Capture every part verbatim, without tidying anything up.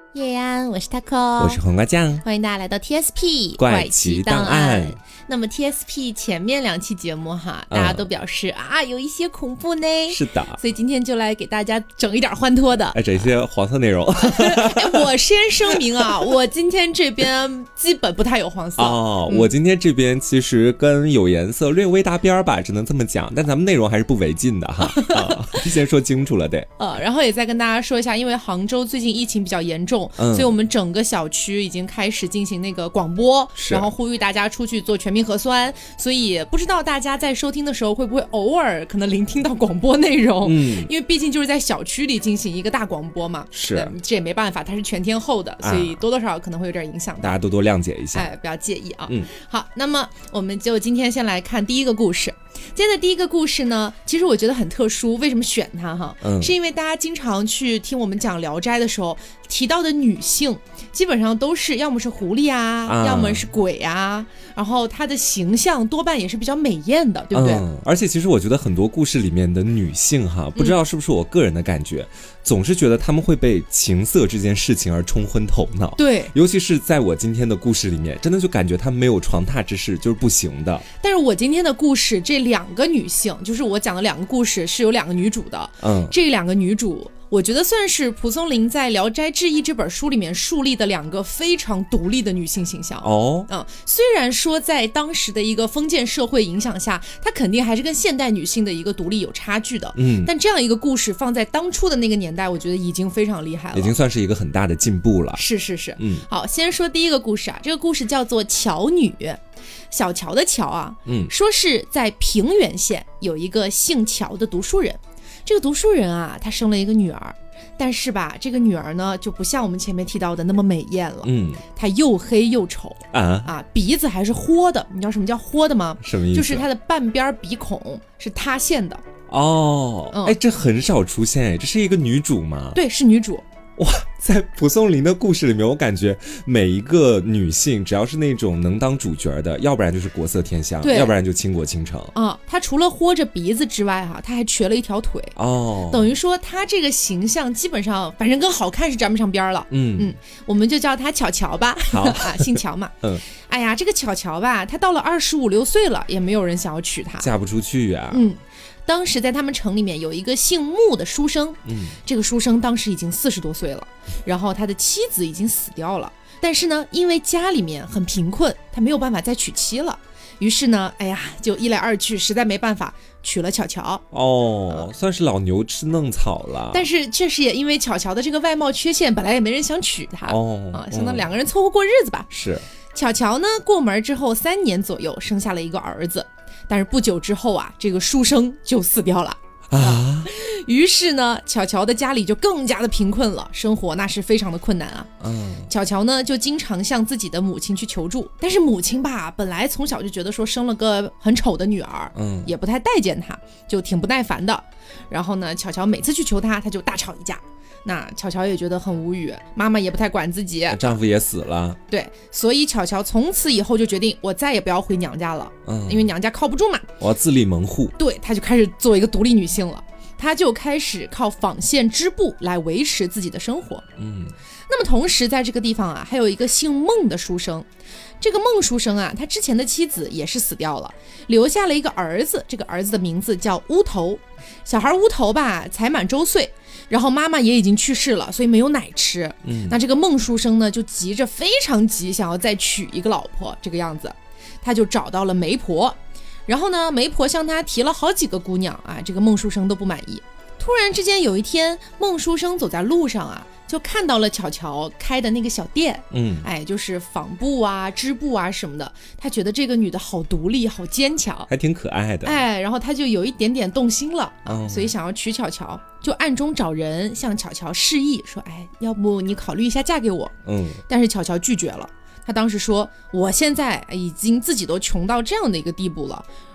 叶安，我是 Taco， 我是黄瓜酱， 欢迎大家来到 T S P 怪奇档案。 那么 T S P 前面两期节目哈，大家都表示、嗯、啊有一些恐怖呢， 是的， 所以今天就来给大家整一点欢脱的， 哎，整一些黄色内容。 哎，我先声明啊，我今天这边基本不太有黄色哦、 嗯。 我今天这边其实跟有颜色略微搭边吧，只能这么讲，但咱们内容还是不违禁的哈。啊，提前说清楚了得。 呃，然后也再跟大家说一下，因为杭州最近疫情比较严重，嗯、所以我们整个小区已经开始进行那个广播，然后呼吁大家出去做全民核酸。所以不知道大家在收听的时候会不会偶尔可能聆听到广播内容，嗯，因为毕竟就是在小区里进行一个大广播嘛， 是， 这也没办法，它是全天候的，所以多多少少可能会有点影响到， 大家多多谅解一下， 哎，不要介意啊。嗯，好，那么我们就今天先来看第一个故事。今天的第一个故事呢，其实我觉得很特殊，为什么选它哈？嗯，是因为大家经常去听我们讲《聊斋》的时候提到的女性，基本上都是要么是狐狸啊，啊要么是鬼啊，然后她的形象多半也是比较美艳的，对不对？ 嗯，而且其实我觉得很多故事里面的女性哈，不知道是不是我个人的感觉，嗯、总是觉得她们会被情色这件事情而冲昏头脑。 对， 尤其是在我今天的故事里面，真的就感觉她们没有床榻之事就是不行的。 但是我今天的故事这两个女性，就是我讲的两个故事是有两个女主的，嗯，这两个女主我觉得算是蒲松龄在《聊斋志异》这本书里面树立的两个非常独立的女性形象哦。嗯，虽然说在当时的一个封建社会影响下，她肯定还是跟现代女性的一个独立有差距的，嗯，但这样一个故事放在当初的那个年代，我觉得已经非常厉害了， 已经算是一个很大的进步了。 是是是，嗯，好，先说第一个故事啊，这个故事叫做乔女。小乔的乔啊，嗯，说是在平原县有一个姓乔的读书人，这个读书人啊，他生了一个女儿，但是吧，这个女儿呢就不像我们前面提到的那么美艳了，嗯，她又黑又丑啊啊，鼻子还是豁的，你知道什么叫豁的吗？ 什么意思？ 就是她的半边鼻孔是塌陷的。 哦，嗯、哎，这很少出现哎，这是一个女主吗？ 对，是女主。 哇，在蒲松龄的故事里面，我感觉每一个女性只要是那种能当主角的，要不然就是国色天香，要不然就倾国倾城啊。她除了豁着鼻子之外哈，她还瘸了一条腿哦，等于说她这个形象基本上反正跟好看是沾不上边了。嗯嗯，我们就叫她巧乔吧，好啊，姓乔嘛。嗯，哎呀，这个巧乔吧，她到了二十五六岁了，也没有人想要娶她， 嫁不出去呀、啊。 嗯。当时在他们城里面有一个姓穆的书生，嗯，这个书生当时已经四十多岁了，然后他的妻子已经死掉了，但是呢，因为家里面很贫困，他没有办法再娶妻了，于是呢，哎呀，就一来二去，实在没办法，娶了巧乔。 哦、嗯，算是老牛吃嫩草了。 但是确实也因为巧乔的这个外貌缺陷，本来也没人想娶她，哦，啊，相当两个人凑合过日子吧。 是。 巧乔呢，过门之后三年左右，生下了一个儿子。但是不久之后啊，这个书生就死掉了啊。于是呢，巧乔的家里就更加的贫困了，生活那是非常的困难啊。嗯，巧乔呢就经常向自己的母亲去求助，但是母亲吧，本来从小就觉得说生了个很丑的女儿，嗯，也不太待见她，就挺不耐烦的。然后呢，巧乔每次去求她，她就大吵一架。那巧乔也觉得很无语，妈妈也不太管自己， 丈夫也死了， 对，所以巧乔从此以后就决定，我再也不要回娘家了，嗯，因为娘家靠不住嘛， 我要自立门户。 对，她就开始做一个独立女性了，她就开始靠纺线织布来维持自己的生活。嗯，那么同时在这个地方啊，还有一个姓孟的书生。这个孟书生啊，他之前的妻子也是死掉了，留下了一个儿子，这个儿子的名字叫乌头。小孩乌头吧才满周岁，然后妈妈也已经去世了，所以没有奶吃。嗯，那这个孟书生呢就急着非常急，想要再娶一个老婆，这个样子他就找到了媒婆，然后呢媒婆向他提了好几个姑娘啊，这个孟书生都不满意。突然之间有一天，孟书生走在路上啊，就看到了巧乔开的那个小店，嗯，哎，就是纺布啊、织布啊什么的。他觉得这个女的好独立、好坚强， 还挺可爱的， 哎，然后他就有一点点动心了啊，嗯，所以想要娶巧乔，就暗中找人向巧乔示意说，哎，要不你考虑一下嫁给我？嗯，但是巧乔拒绝了。他当时说，我现在已经自己都穷到这样的一个地步了，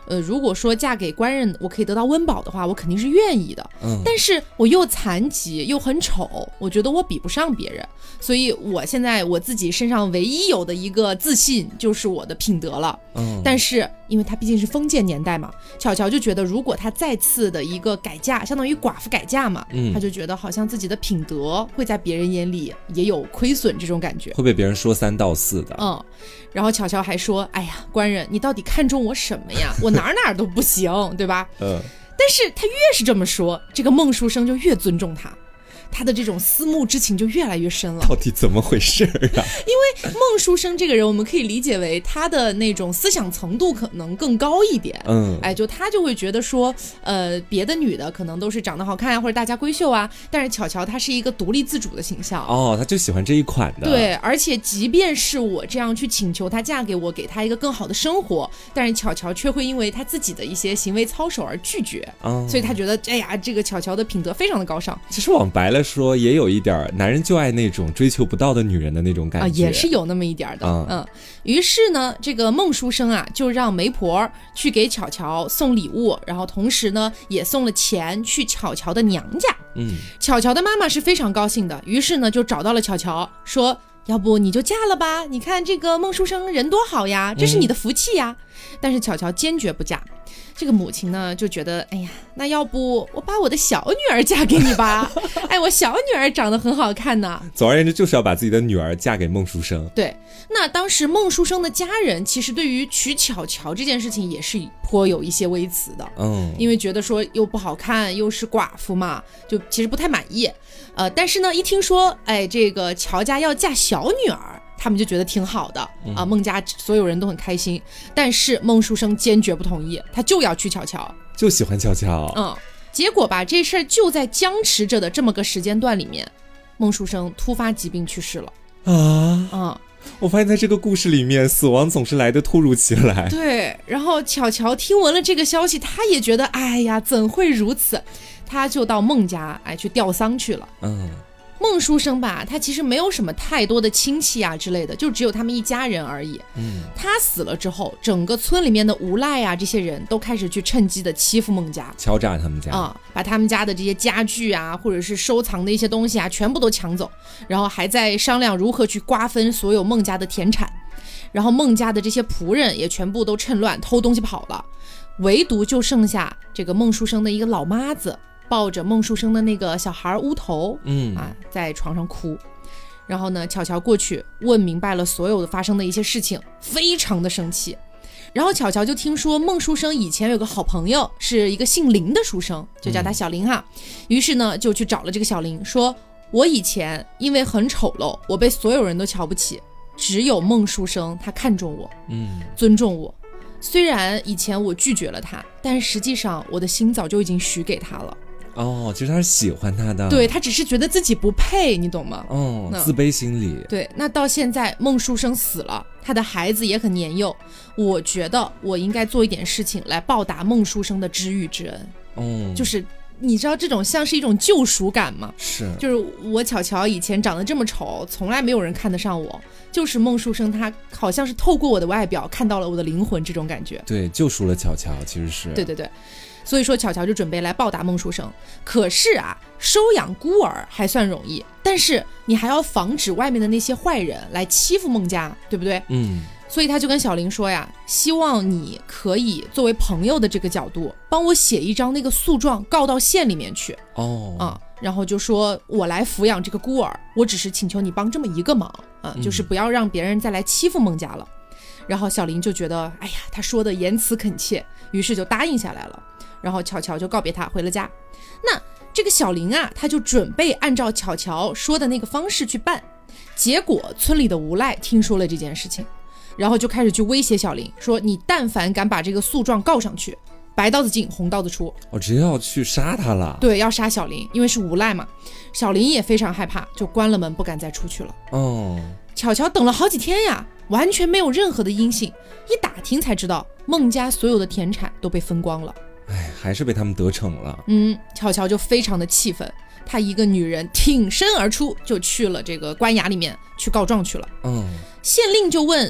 呃，如果说嫁给官人我可以得到温饱的话，我肯定是愿意的。嗯，但是我又残疾又很丑，我觉得我比不上别人，所以我现在我自己身上唯一有的一个自信就是我的品德了。嗯，但是因为他毕竟是封建年代嘛，巧巧就觉得如果他再次的一个改嫁，相当于寡妇改嫁嘛，嗯，他就觉得好像自己的品德会在别人眼里也有亏损这种感觉， 会被别人说三道四的。 嗯，然后巧巧还说，哎呀，官人你到底看中我什么呀？我哪哪都不行，对吧？嗯，但是他越是这么说，这个孟书生就越尊重他，他的这种思慕之情就越来越深了。 到底怎么回事啊？ 因为孟书生这个人，我们可以理解为他的那种思想程度可能更高一点。嗯，哎，就他就会觉得说，呃，别的女的可能都是长得好看啊，或者大家闺秀啊，但是巧巧她是一个独立自主的形象。 哦，他就喜欢这一款的。 对，而且即便是我这样去请求她嫁给我，给她一个更好的生活，但是巧巧却会因为她自己的一些行为操守而拒绝。嗯，所以他觉得，哎呀，这个巧巧的品德非常的高尚。 其实往白了说也有一点男人就爱那种追求不到的女人的那种感觉、 啊、也是有那么一点的。嗯, 嗯，于是呢这个孟书生啊就让媒婆去给巧巧送礼物，然后同时呢也送了钱去巧巧的娘家。嗯，巧巧的妈妈是非常高兴的，于是呢就找到了巧巧说，要不你就嫁了吧，你看这个孟书生人多好呀，这是你的福气呀、嗯、但是巧巧坚决不嫁。这个母亲呢就觉得，哎呀，那要不我把我的小女儿嫁给你吧哎，我小女儿长得很好看呢。 总而言之就是要把自己的女儿嫁给孟书生。 对，那当时孟书生的家人其实对于娶巧巧这件事情也是颇有一些微词的。嗯，因为觉得说又不好看又是寡妇嘛，就其实不太满意。呃，但是呢一听说哎这个乔家要嫁小女儿，他们就觉得挺好的啊，孟家所有人都很开心。但是孟书生坚决不同意，他就要娶巧巧， 就喜欢巧巧。 嗯，结果吧，这事儿就在僵持着的这么个时间段里面，孟书生突发疾病去世了。 啊，嗯，我发现在这个故事里面，死亡总是来得突如其来。 对，然后巧巧听闻了这个消息，他也觉得，哎呀，怎会如此？他就到孟家，哎，去吊丧去了。嗯。孟书生吧，他其实没有什么太多的亲戚啊之类的，就只有他们一家人而已。嗯，他死了之后，整个村里面的无赖啊，这些人都开始去趁机的欺负孟家， 敲诈他们家啊、嗯，把他们家的这些家具啊，或者是收藏的一些东西啊，全部都抢走，然后还在商量如何去瓜分所有孟家的田产，然后孟家的这些仆人也全部都趁乱偷东西跑了，唯独就剩下这个孟书生的一个老妈子。抱着孟书生的那个小孩乌头，嗯啊，在床上哭。然后呢，巧巧过去问明白了所有的发生的一些事情，非常的生气。然后巧巧就听说孟书生以前有个好朋友是一个姓林的书生，就叫他小林哈。嗯、于是呢，就去找了这个小林，说我以前因为很丑陋，我被所有人都瞧不起，只有孟书生他看中我，嗯，尊重我。虽然以前我拒绝了他，但实际上我的心早就已经许给他了。 哦，其实他是喜欢他的， 对，他只是觉得自己不配，你懂吗？ 哦，自卑心理。 对，那到现在孟书生死了，他的孩子也很年幼，我觉得我应该做一点事情来报答孟书生的知遇之恩。哦，就是你知道这种像是一种救赎感吗？ 是， 就是我巧巧以前长得这么丑，从来没有人看得上我，就是孟书生他好像是透过我的外表看到了我的灵魂，这种感觉。 对，救赎了巧巧，其实是。 对对对。所以说巧巧就准备来报答孟书生，可是啊，收养孤儿还算容易，但是你还要防止外面的那些坏人来欺负孟家，对不对？嗯，所以他就跟小林说呀，希望你可以作为朋友的这个角度，帮我写一张那个诉状告到县里面去。哦，啊、嗯，然后就说我来抚养这个孤儿，我只是请求你帮这么一个忙啊、嗯，就是不要让别人再来欺负孟家了。然后小林就觉得，哎呀，他说的言辞恳切，于是就答应下来了。然后巧巧就告别他回了家。那这个小林啊，他就准备按照巧巧说的那个方式去办。结果村里的无赖听说了这件事情，然后就开始去威胁小林，说你但凡敢把这个诉状告上去，白刀子进红刀子出， 我直接要去杀他了。 对，要杀小林，因为是无赖嘛。小林也非常害怕，就关了门不敢再出去了。哦，巧巧等了好几天呀，完全没有任何的音信，一打听才知道孟家所有的田产都被分光了。 哎，还是被他们得逞了。 嗯，巧巧就非常的气愤，她一个女人挺身而出，就去了这个官衙里面去告状去了。嗯，县令就问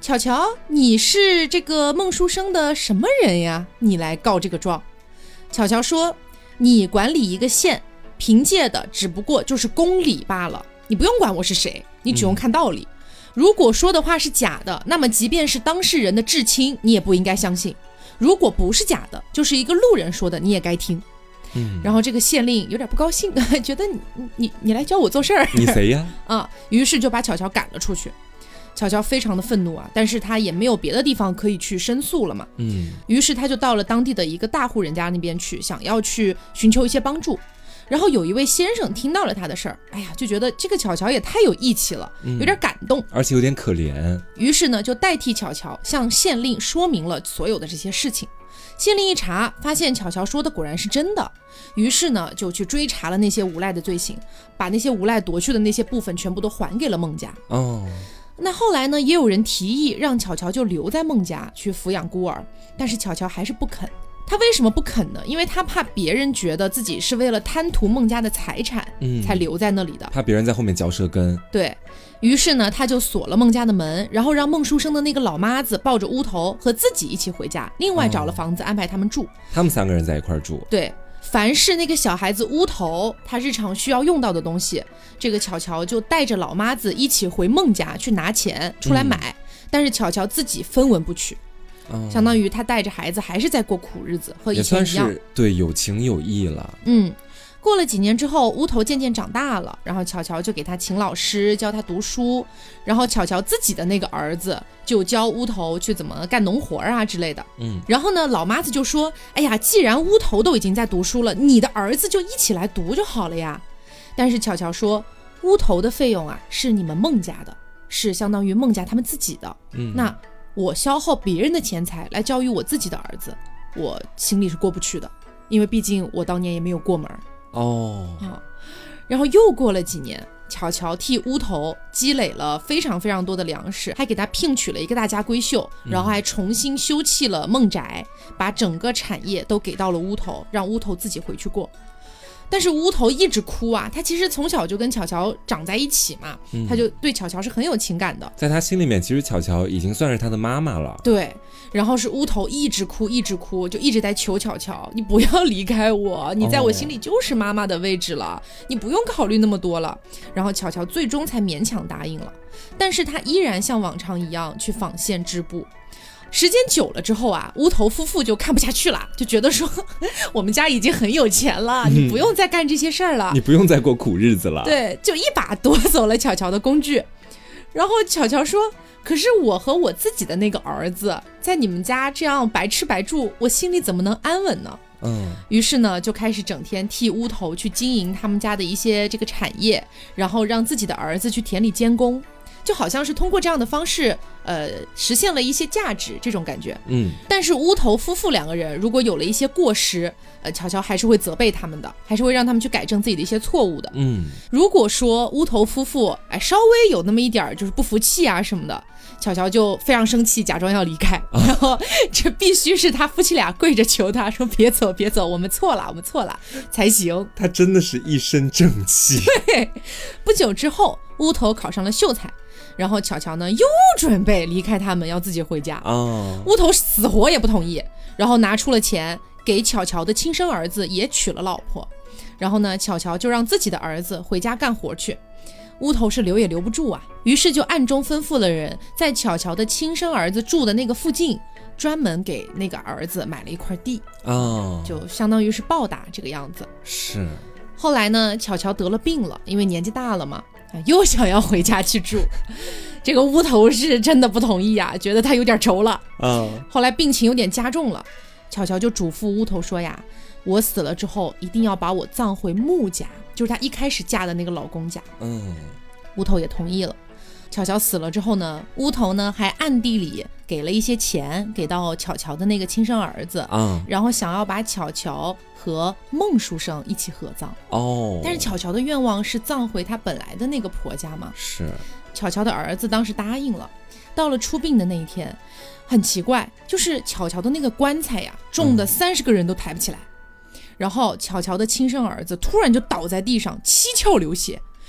巧巧，你是这个孟书生的什么人呀？你来告这个状。巧巧说，你管理一个县，凭借的只不过就是公理罢了，你不用管我是谁，你只用看道理、嗯、如果说的话是假的，那么即便是当事人的至亲，你也不应该相信，如果不是假的，就是一个路人说的，你也该听。嗯，然后这个县令有点不高兴，觉得你你你来教我做事儿， 你谁呀？ 啊，于是就把巧巧赶了出去。巧巧非常的愤怒啊，但是他也没有别的地方可以去申诉了嘛。嗯，于是他就到了当地的一个大户人家那边去，想要去寻求一些帮助。然后有一位先生听到了他的事儿，哎呀，就觉得这个巧巧也太有义气了，有点感动、嗯、 而且有点可怜。 于是呢，就代替巧巧向县令说明了所有的这些事情。县令一查，发现巧巧说的果然是真的，于是呢，就去追查了那些无赖的罪行，把那些无赖夺去的那些部分全部都还给了孟家。哦。那后来呢，也有人提议让巧巧就留在孟家去抚养孤儿，但是巧巧还是不肯。他为什么不肯呢？因为他怕别人觉得自己是为了贪图孟家的财产、嗯、才留在那里的， 怕别人在后面嚼舌根。 对，于是呢，他就锁了孟家的门，然后让孟书生的那个老妈子抱着乌头和自己一起回家，另外找了房子安排他们住、哦、 他们三个人在一块住。 对，凡是那个小孩子乌头他日常需要用到的东西，这个巧巧就带着老妈子一起回孟家去拿钱出来买、嗯、但是巧巧自己分文不取、嗯、相当于他带着孩子还是在过苦日子，和以前一样， 也算是对有情有义了。 嗯，过了几年之后，乌头渐渐长大了，然后巧巧就给他请老师教他读书，然后巧巧自己的那个儿子就教乌头去怎么干农活啊之类的。嗯，然后呢，老妈子就说，哎呀，既然乌头都已经在读书了，你的儿子就一起来读就好了呀。但是巧巧说，乌头的费用啊是你们孟家的，是相当于孟家他们自己的。嗯，那我消耗别人的钱财来教育我自己的儿子，我心里是过不去的，因为毕竟我当年也没有过门。哦、啊，然后又过了几年，巧巧替乌头积累了非常非常多的粮食，还给他聘娶了一个大家闺秀，然后还重新修葺了孟宅、嗯、把整个产业都给到了乌头，让乌头自己回去过。但是乌头一直哭啊，他其实从小就跟巧巧长在一起嘛、嗯、他就对巧巧是很有情感的， 在他心里面其实巧巧已经算是他的妈妈了。 对，然后是乌头一直哭一直哭，就一直在求巧巧，你不要离开我，你在我心里就是妈妈的位置了、哦、你不用考虑那么多了。然后巧巧最终才勉强答应了，但是他依然像往常一样去纺线织布。时间久了之后啊，乌头夫妇就看不下去了，就觉得说我们家已经很有钱了、嗯、你不用再干这些事儿了， 你不用再过苦日子了。 对，就一把夺走了巧巧的工具。然后巧巧说，可是我和我自己的那个儿子在你们家这样白吃白住，我心里怎么能安稳呢？嗯，于是呢就开始整天替乌头去经营他们家的一些这个产业，然后让自己的儿子去田里监工，就好像是通过这样的方式呃，实现了一些价值这种感觉。嗯，但是乌头夫妇两个人如果有了一些过失，呃，巧巧还是会责备他们的，还是会让他们去改正自己的一些错误的。嗯，如果说乌头夫妇哎稍微有那么一点就是不服气啊什么的，巧巧就非常生气，假装要离开、啊、然后这必须是他夫妻俩跪着求他说别走别走，我们错了我们错了才行。 他真的是一身正气。 对，不久之后乌头考上了秀才，然后巧巧呢又准备离开他们要自己回家、哦、乌头死活也不同意，然后拿出了钱给巧巧的亲生儿子也娶了老婆，然后呢巧巧就让自己的儿子回家干活去。乌头是留也留不住啊，于是就暗中吩咐了人，在巧巧的亲生儿子住的那个附近专门给那个儿子买了一块地、哦、就相当于是报答这个样子。是，后来呢巧巧得了病了，因为年纪大了嘛，又想要回家去住。这个乌头是真的不同意啊，觉得他有点愁了、哦、后来病情有点加重了，巧巧就嘱咐乌头说呀，我死了之后一定要把我葬回穆家，就是她一开始嫁的那个老公家。嗯，乌头也同意了。巧巧死了之后呢，乌头呢还暗地里给了一些钱给到巧巧的那个亲生儿子、嗯、然后想要把巧巧和孟书生一起合葬。哦，但是巧巧的愿望是葬回她本来的那个婆家嘛。是，巧巧的儿子当时答应了。到了出殡的那一天，很奇怪，就是巧巧的那个棺材呀，重的三十个人都抬不起来、嗯、然后巧巧的亲生儿子突然就倒在地上七窍流血，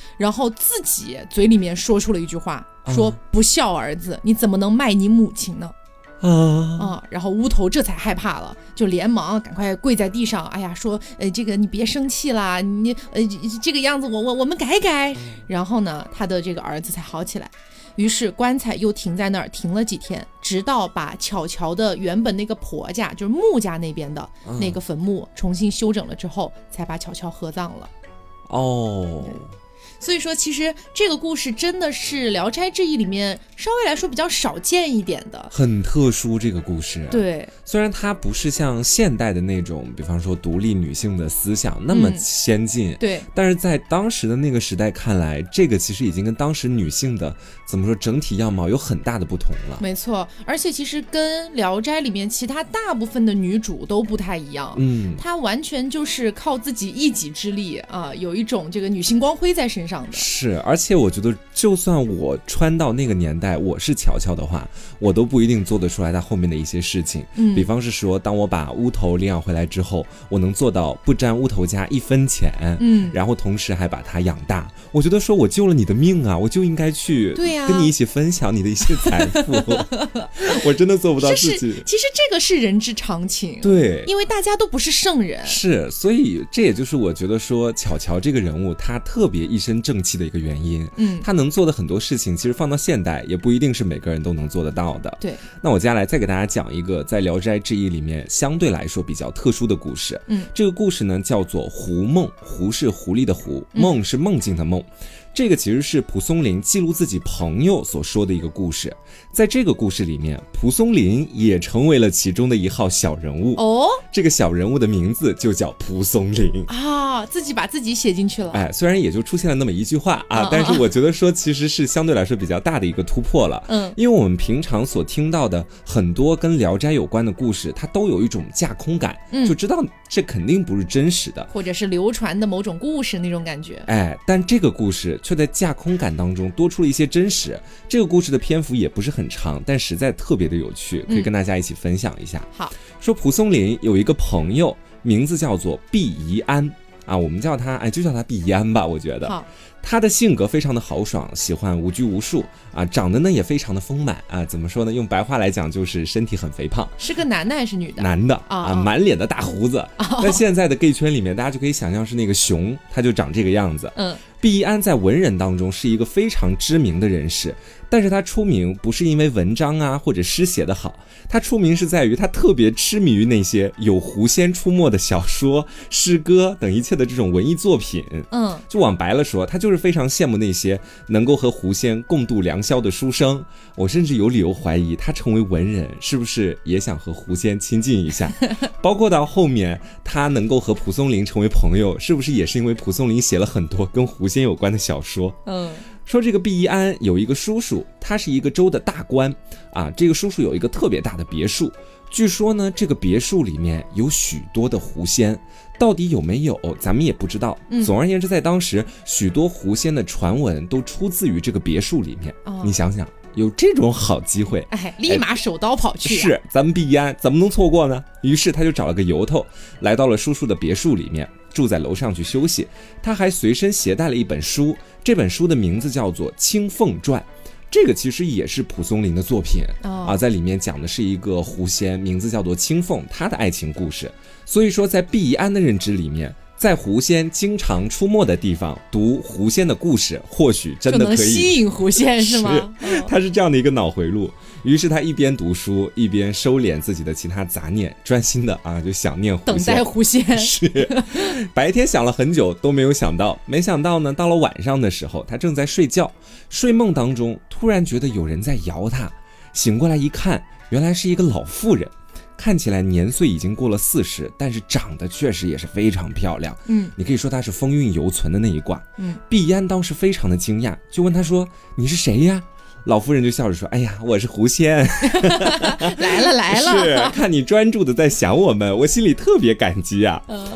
然后自己嘴里面说出了一句话，说不孝儿子，你怎么能卖你母亲呢？啊啊！然后乌头这才害怕了，就连忙赶快跪在地上，哎呀，说，呃，这个你别生气啦，你呃这个样子我我我们改改。然后呢，他的这个儿子才好起来。于是棺材又停在那儿，停了几天，直到把巧巧的原本那个婆家，就是穆家那边的那个坟墓重新修整了之后，才把巧巧合葬了。 哦。 所以说其实这个故事真的是《聊斋志异》里面稍微来说比较少见一点的， 很特殊这个故事。 对， 虽然它不是像现代的那种比方说独立女性的思想那么先进、嗯、 对， 但是在当时的那个时代看来，这个其实已经跟当时女性的怎么说整体样貌有很大的不同了。 没错，而且其实跟《聊斋》里面其他大部分的女主都不太一样，嗯，她完全就是靠自己一己之力啊、呃，有一种这个女性光辉在身上的。 是，而且我觉得就算我穿到那个年代我是巧巧的话，我都不一定做得出来她后面的一些事情、嗯、比方是说当我把乌头领养回来之后，我能做到不沾乌头家一分钱，嗯，然后同时还把它养大，我觉得说我救了你的命啊，我就应该去跟你一起分享你的一些财富、啊、我真的做不到自己。 其实这个是人之常情， 对， 因为大家都不是圣人。 是，所以这也就是我觉得说巧巧这个人物他特别一身正气的一个原因。嗯，他能做的很多事情其实放到现代也不一定是每个人都能做得到的。 对， 那我接下来再给大家讲一个在《聊斋志异》里面相对来说比较特殊的故事。嗯，这个故事呢叫做狐梦，狐是狐狸的狐，梦是梦境的梦。这个其实是蒲松龄记录自己朋友所说的一个故事，在这个故事里面，蒲松龄也成为了其中的一号小人物哦。这个小人物的名字就叫蒲松龄啊，自己把自己写进去了。 哎，虽然也就出现了那么一句话啊，嗯、但是我觉得说其实是相对来说比较大的一个突破了。嗯，因为我们平常所听到的很多跟《聊斋》有关的故事，它都有一种架空感，嗯、就知道这肯定不是真实的， 或者是流传的某种故事那种感觉。 哎，但这个故事却在架空感当中多出了一些真实。这个故事的篇幅也不是很长，但实在特别的有趣，可以跟大家一起分享一下。嗯、好，说蒲松龄有一个朋友，名字叫做毕宜安啊，我们叫他哎，就叫他毕宜安吧，我觉得。好。他的性格非常的豪爽，喜欢无拘无束啊，长得呢也非常的丰满啊，怎么说呢？用白话来讲就是身体很肥胖。 是个男的还是女的？ 男的、哦、啊，满脸的大胡子。哦、在现在的 gay 圈里面，大家就可以想象是那个熊，他就长这个样子。嗯，毕宜安在文人当中是一个非常知名的人士，但是他出名不是因为文章啊或者诗写得好，他出名是在于他特别痴迷于那些有狐仙出没的小说、诗歌等一切的这种文艺作品。嗯，就往白了说，他就是非常羡慕那些能够和狐仙共度良宵的书生。我甚至有理由怀疑他成为文人是不是也想和狐仙亲近一下。包括到后面他能够和蒲松龄成为朋友，是不是也是因为蒲松龄写了很多跟狐仙有关的小说。嗯，说这个毕宜安有一个叔叔，他是一个州的大官啊，这个叔叔有一个特别大的别墅，据说呢这个别墅里面有许多的狐仙，到底有没有咱们也不知道、嗯、总而言之在当时许多狐仙的传闻都出自于这个别墅里面、哦、你想想有这种好机会， 哎，立马手刀跑去、啊、 是咱们毕宜安怎么能错过呢？于是他就找了个由头来到了叔叔的别墅里面，住在楼上去休息。他还随身携带了一本书，这本书的名字叫做《青凤传》，这个其实也是蒲松龄的作品、哦、啊，在里面讲的是一个狐仙，名字叫做青凤，她的爱情故事。所以说在毕宜安的认知里面，在狐仙经常出没的地方读狐仙的故事，或许真的可以就能吸引狐仙，是吗？ 是，他是这样的一个脑回路。于是他一边读书一边收敛自己的其他杂念，专心的啊就想念狐仙， 等待狐仙。 是，白天想了很久都没有想到，没想到呢，到了晚上的时候，他正在睡觉，睡梦当中突然觉得有人在摇他，醒过来一看，原来是一个老妇人。看起来年岁已经过了四十，但是长得确实也是非常漂亮。嗯，你可以说她是风韵犹存的那一挂。嗯，毕宜安当时非常的惊讶，就问她说：“你是谁呀？”老妇人就笑着说：“哎呀，我是狐仙。” 来了来了， 是看你专注的在想我们，我心里特别感激啊。嗯。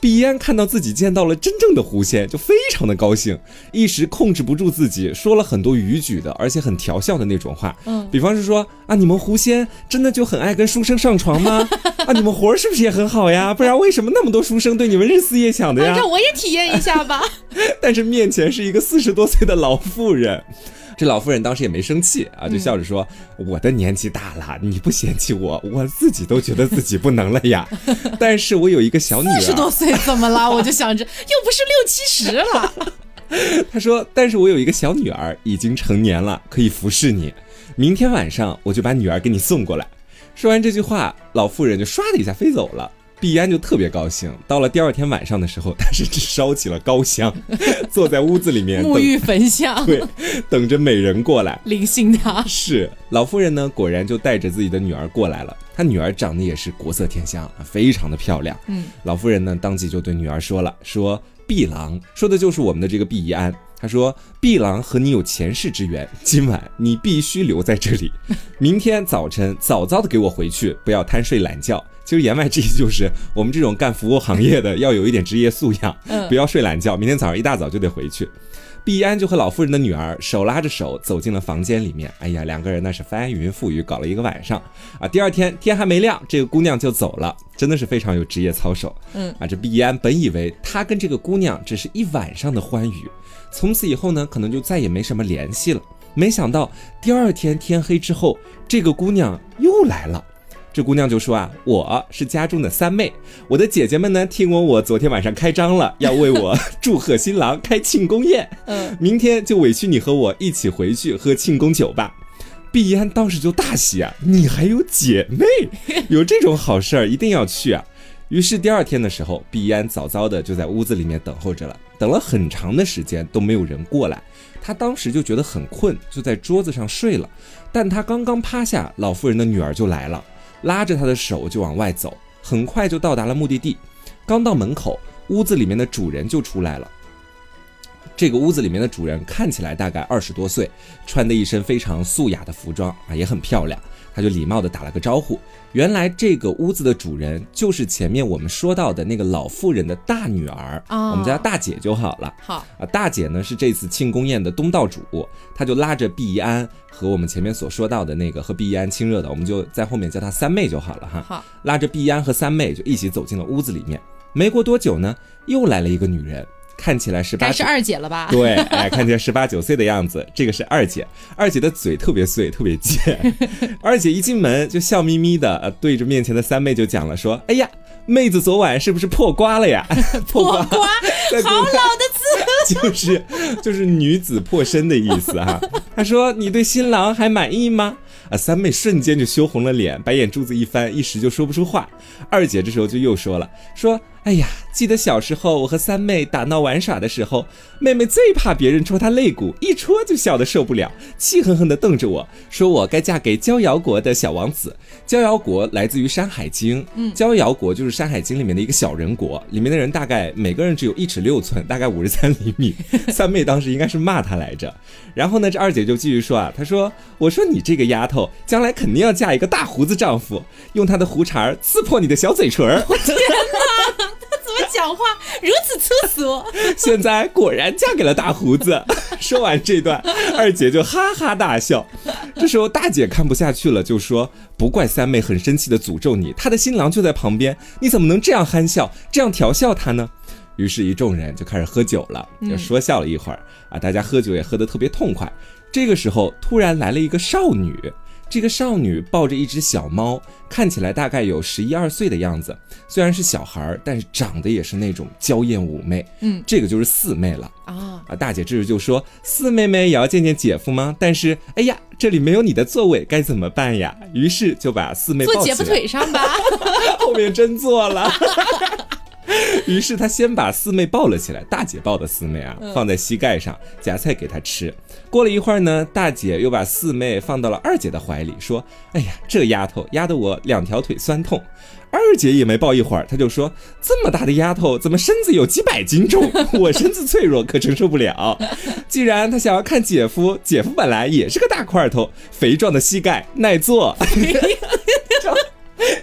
毕安看到自己见到了真正的狐仙，就非常的高兴，一时控制不住自己，说了很多逾矩的而且很调笑的那种话。嗯，比方是说啊，你们狐仙真的就很爱跟书生上床吗？啊，你们活儿是不是也很好呀？不然为什么那么多书生对你们日思夜想的呀？ 让我也体验一下吧。 但是面前是一个四十多岁的老妇人。这老妇人当时也没生气啊，就笑着说、嗯、我的年纪大了，你不嫌弃我，我自己都觉得自己不能了呀。但是我有一个小女儿， 四十多岁怎么了？我就想着又不是六七十了。 他说但是我有一个小女儿已经成年了，可以服侍你，明天晚上我就把女儿给你送过来。说完这句话，老妇人就唰的一下飞走了。毕安就特别高兴，到了第二天晚上的时候，他甚至烧起了高香，坐在屋子里面沐浴焚香， 对，等着美人过来临幸他。 是老妇人呢，果然就带着自己的女儿过来了。她女儿长得也是国色天香，非常的漂亮。嗯，老妇人呢，当即就对女儿说了，说毕郎，说的就是我们的这个毕宜安。他说毕郎和你有前世之缘，今晚你必须留在这里，明天早晨早早的给我回去，不要贪睡懒觉。其实言外之意就是我们这种干服务行业的要有一点职业素养，不要睡懒觉，明天早上一大早就得回去。毕安就和老妇人的女儿手拉着手走进了房间里面，哎呀，两个人那是翻云覆雨搞了一个晚上啊。第二天天还没亮，这个姑娘就走了，真的是非常有职业操守。嗯啊，这毕安本以为他跟这个姑娘只是一晚上的欢愉，从此以后呢，可能就再也没什么联系了。没想到第二天天黑之后，这个姑娘又来了。这姑娘就说啊，我是家中的三妹，我的姐姐们呢听闻我昨天晚上开张了，要为我祝贺新郎开庆功宴，嗯，明天就委屈你和我一起回去喝庆功酒吧。毕安当时就大喜啊，你还有姐妹，有这种好事儿一定要去啊。于是第二天的时候，毕安早早的就在屋子里面等候着了，等了很长的时间都没有人过来，他当时就觉得很困，就在桌子上睡了。但他刚刚趴下，老妇人的女儿就来了，拉着他的手就往外走，很快就到达了目的地。刚到门口，屋子里面的主人就出来了。这个屋子里面的主人看起来大概二十多岁，穿的一身非常素雅的服装啊，也很漂亮。他就礼貌地打了个招呼。原来这个屋子的主人就是前面我们说到的那个老妇人的大女儿，哦、我们叫她大姐就好了。 好啊，大姐呢是这次庆功宴的东道主，她就拉着毕宜安和我们前面所说到的那个和毕宜安亲热的，我们就在后面叫她三妹就好了哈。 好， 拉着毕宜安和三妹就一起走进了屋子里面。没过多久呢，又来了一个女人。看起来十八， 该是二姐了吧？ 对，哎，看起来十八九岁的样子，这个是二姐。二姐的嘴特别碎，特别贱。二姐一进门就笑眯眯的，呃，对着面前的三妹就讲了说：“哎呀，妹子昨晚是不是破瓜了呀？” 破瓜，好老的字， 就是就是女子破身的意思哈。她说：“你对新郎还满意吗？”啊，三妹瞬间就羞红了脸，白眼珠子一翻，一时就说不出话。二姐这时候就又说了，说：“哎呀，记得小时候我和三妹打闹玩耍的时候，妹妹最怕别人戳她肋骨，一戳就笑得受不了，气哼哼地瞪着我，说我该嫁给焦瑶国的小王子。焦瑶国来自于山海经，嗯，焦瑶国就是山海经里面的一个小人国，里面的人大概每个人只有一尺六寸，大概五十三厘米。三妹当时应该是骂她来着。然后呢，这二姐就继续说啊，她说：我说你这个丫头，将来肯定要嫁一个大胡子丈夫，用她的胡茬刺破你的小嘴唇。 我天哪！怎么讲话如此粗俗？ 现在果然嫁给了大胡子。说完这段，二姐就哈哈大笑。这时候大姐看不下去了，就说：不怪三妹很生气的诅咒你，她的新郎就在旁边，你怎么能这样憨笑，这样调笑他呢？于是一众人就开始喝酒了，就说笑了一会儿、嗯、啊，大家喝酒也喝得特别痛快。这个时候突然来了一个少女，这个少女抱着一只小猫，看起来大概有十一二岁的样子，虽然是小孩，但是长得也是那种娇艳妩媚。嗯，这个就是四妹了啊！啊，大姐这时就说：四妹妹也要见见姐夫吗？但是，哎呀，这里没有你的座位，该怎么办呀？于是就把四妹抱起来， 坐姐夫腿上吧。 后面真坐了。于是他先把四妹抱了起来，大姐抱的四妹啊，放在膝盖上夹菜给她吃。过了一会儿呢，大姐又把四妹放到了二姐的怀里，说：哎呀，这丫头压得我两条腿酸痛。二姐也没抱一会儿，她就说：这么大的丫头怎么身子有几百斤重，我身子脆弱可承受不了。既然她想要看姐夫，姐夫本来也是个大块头，肥壮的膝盖耐坐。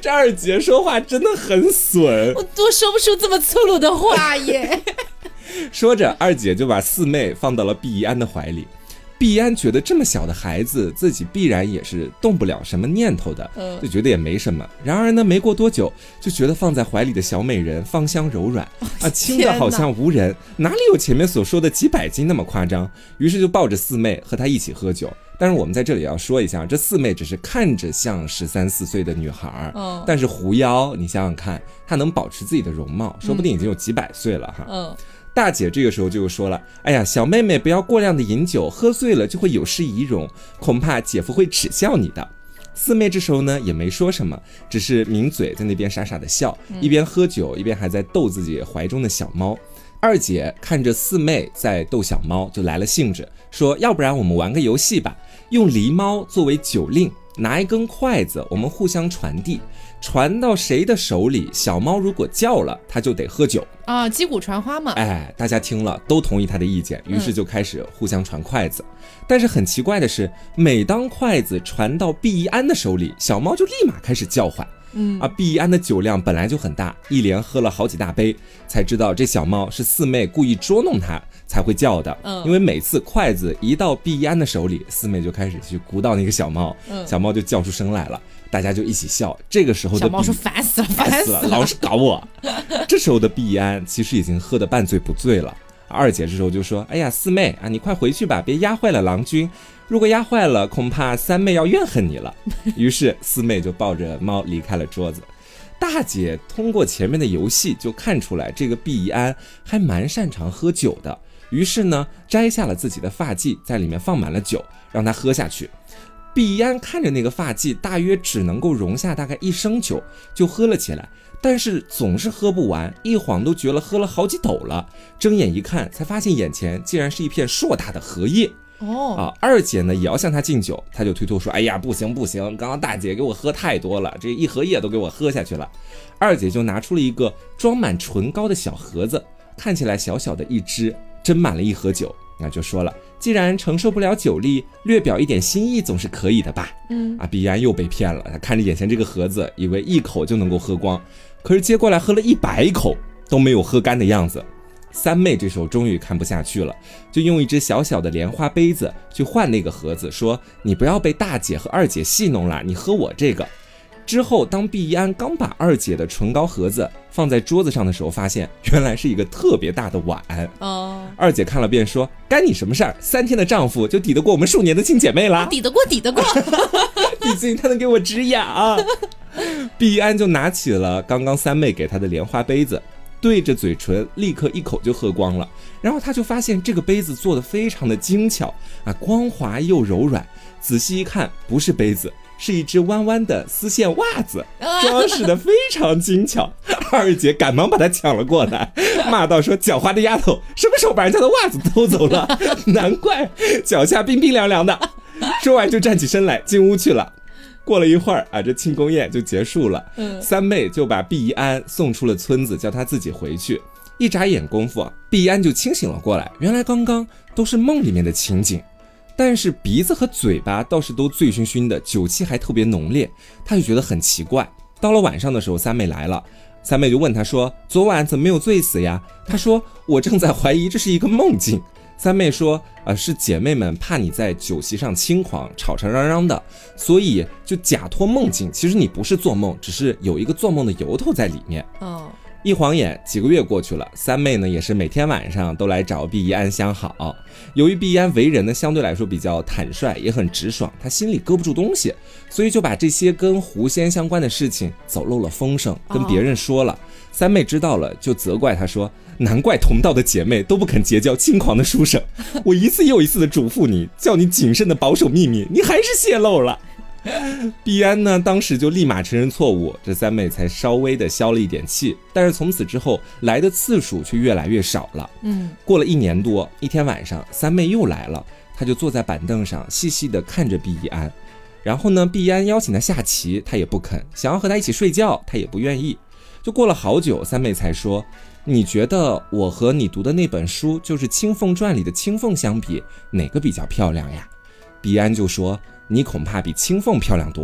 这二姐说话真的很损， 我都说不出这么粗鲁的话耶。 说着，二姐就把四妹放到了毕宜安的怀里。毕宜安觉得这么小的孩子自己必然也是动不了什么念头的，就觉得也没什么。然而呢，没过多久就觉得放在怀里的小美人芳香柔软啊，轻的好像无人，哪里有前面所说的几百斤那么夸张。于是就抱着四妹和她一起喝酒。但是我们在这里要说一下，这四妹只是看着像十三四岁的女孩，嗯，但是狐妖你想想看，她能保持自己的容貌，说不定已经有几百岁了哈。嗯，大姐这个时候就说了，哎呀，小妹妹不要过量的饮酒，喝醉了就会有失仪容，恐怕姐夫会耻笑你的。四妹这时候呢也没说什么，只是抿嘴在那边傻傻的笑，一边喝酒一边还在逗自己怀中的小猫。二姐看着四妹在逗小猫，就来了兴致，说要不然我们玩个游戏吧，用狸猫作为酒令，拿一根筷子，我们互相传递，传到谁的手里，小猫如果叫了，它就得喝酒啊，击鼓传花嘛。 哎，大家听了都同意他的意见，于是就开始互相传筷子。嗯、但是很奇怪的是，每当筷子传到毕宜安的手里，小猫就立马开始叫唤。嗯啊，毕宜安的酒量本来就很大，一连喝了好几大杯，才知道这小猫是四妹故意捉弄他才会叫的。嗯，因为每次筷子一到毕宜安的手里，四妹就开始去鼓捣那个小猫，嗯、小猫就叫出声来了，大家就一起笑。这个时候的小猫说烦死了，烦死了， 老是搞我。这时候的毕宜安其实已经喝得半醉不醉了。二姐这时候就说：“哎呀，四妹啊，你快回去吧，别压坏了郎君。如果压坏了，恐怕三妹要怨恨你了。”于是四妹就抱着猫离开了桌子。大姐通过前面的游戏就看出来，这个毕宜安还蛮擅长喝酒的，于是呢，摘下了自己的发髻，在里面放满了酒，让他喝下去。毕宜安看着那个发髻，大约只能够容下大概一升酒，就喝了起来。但是总是喝不完，一晃都觉得喝了好几斗了。睁眼一看，才发现眼前竟然是一片硕大的荷叶。哦啊！二姐呢也要向他敬酒，他就推脱说：“哎呀，不行不行，刚刚大姐给我喝太多了，这一荷叶都给我喝下去了。”二姐就拿出了一个装满唇膏的小盒子，看起来小小的一只，斟满了一盒酒。那就说了，既然承受不了酒力，略表一点心意总是可以的吧。嗯啊，毕宜安又被骗了，他看着眼前这个盒子，以为一口就能够喝光，可是接过来喝了一百口都没有喝干的样子。三妹这时候终于看不下去了，就用一只小小的莲花杯子去换那个盒子，说：“你不要被大姐和二姐戏弄了，你喝我这个。”之后当毕宜安刚把二姐的唇膏盒子放在桌子上的时候，发现原来是一个特别大的碗。哦，二姐看了便说：“干你什么事儿？三天的丈夫就抵得过我们数年的亲姐妹啦？ 抵得过，抵得过。 毕竟他能给我止痒啊。”毕宜安就拿起了刚刚三妹给他的莲花杯子，对着嘴唇立刻一口就喝光了。然后他就发现这个杯子做得非常的精巧啊，光滑又柔软。仔细一看，不是杯子，是一只弯弯的丝线袜子，装饰的非常精巧。二姐赶忙把它抢了过来，骂道说：“狡猾的丫头，什么时候把人家的袜子偷走了？难怪脚下冰冰凉凉的。”说完就站起身来进屋去了。过了一会儿啊，这庆功宴就结束了。嗯，三妹就把毕宜安送出了村子，叫他自己回去。一眨眼功夫，毕宜安就清醒了过来，原来刚刚都是梦里面的情景。但是鼻子和嘴巴倒是都醉醺醺的，酒气还特别浓烈，他就觉得很奇怪。到了晚上的时候，三妹来了，三妹就问他说：“昨晚怎么没有醉死呀？”他说：“我正在怀疑这是一个梦境。”三妹说：“呃，是姐妹们怕你在酒席上轻狂，吵吵嚷嚷的，所以就假托梦境。其实你不是做梦，只是有一个做梦的由头在里面。”哦。一晃眼几个月过去了，三妹呢也是每天晚上都来找毕宜安相好。由于毕宜安为人呢相对来说比较坦率，也很直爽，他心里搁不住东西，所以就把这些跟狐仙相关的事情走漏了风声，跟别人说了。三妹知道了就责怪他说：“难怪同道的姐妹都不肯结交轻狂的书生，我一次又一次的嘱咐你，叫你谨慎的保守秘密，你还是泄露了。”毕安呢当时就立马承认错误，这三妹才稍微的消了一点气，但是从此之后来的次数却越来越少了。嗯，过了一年多，一天晚上三妹又来了，她就坐在板凳上细细的看着毕宜安，然后呢毕安邀请她下棋，她也不肯，想要和她一起睡觉，她也不愿意。就过了好久，三妹才说：“你觉得我和你读的那本书就是《青凤传》里的青凤相比，哪个比较漂亮呀？”毕安就说：“你恐怕比青凤漂亮多了。”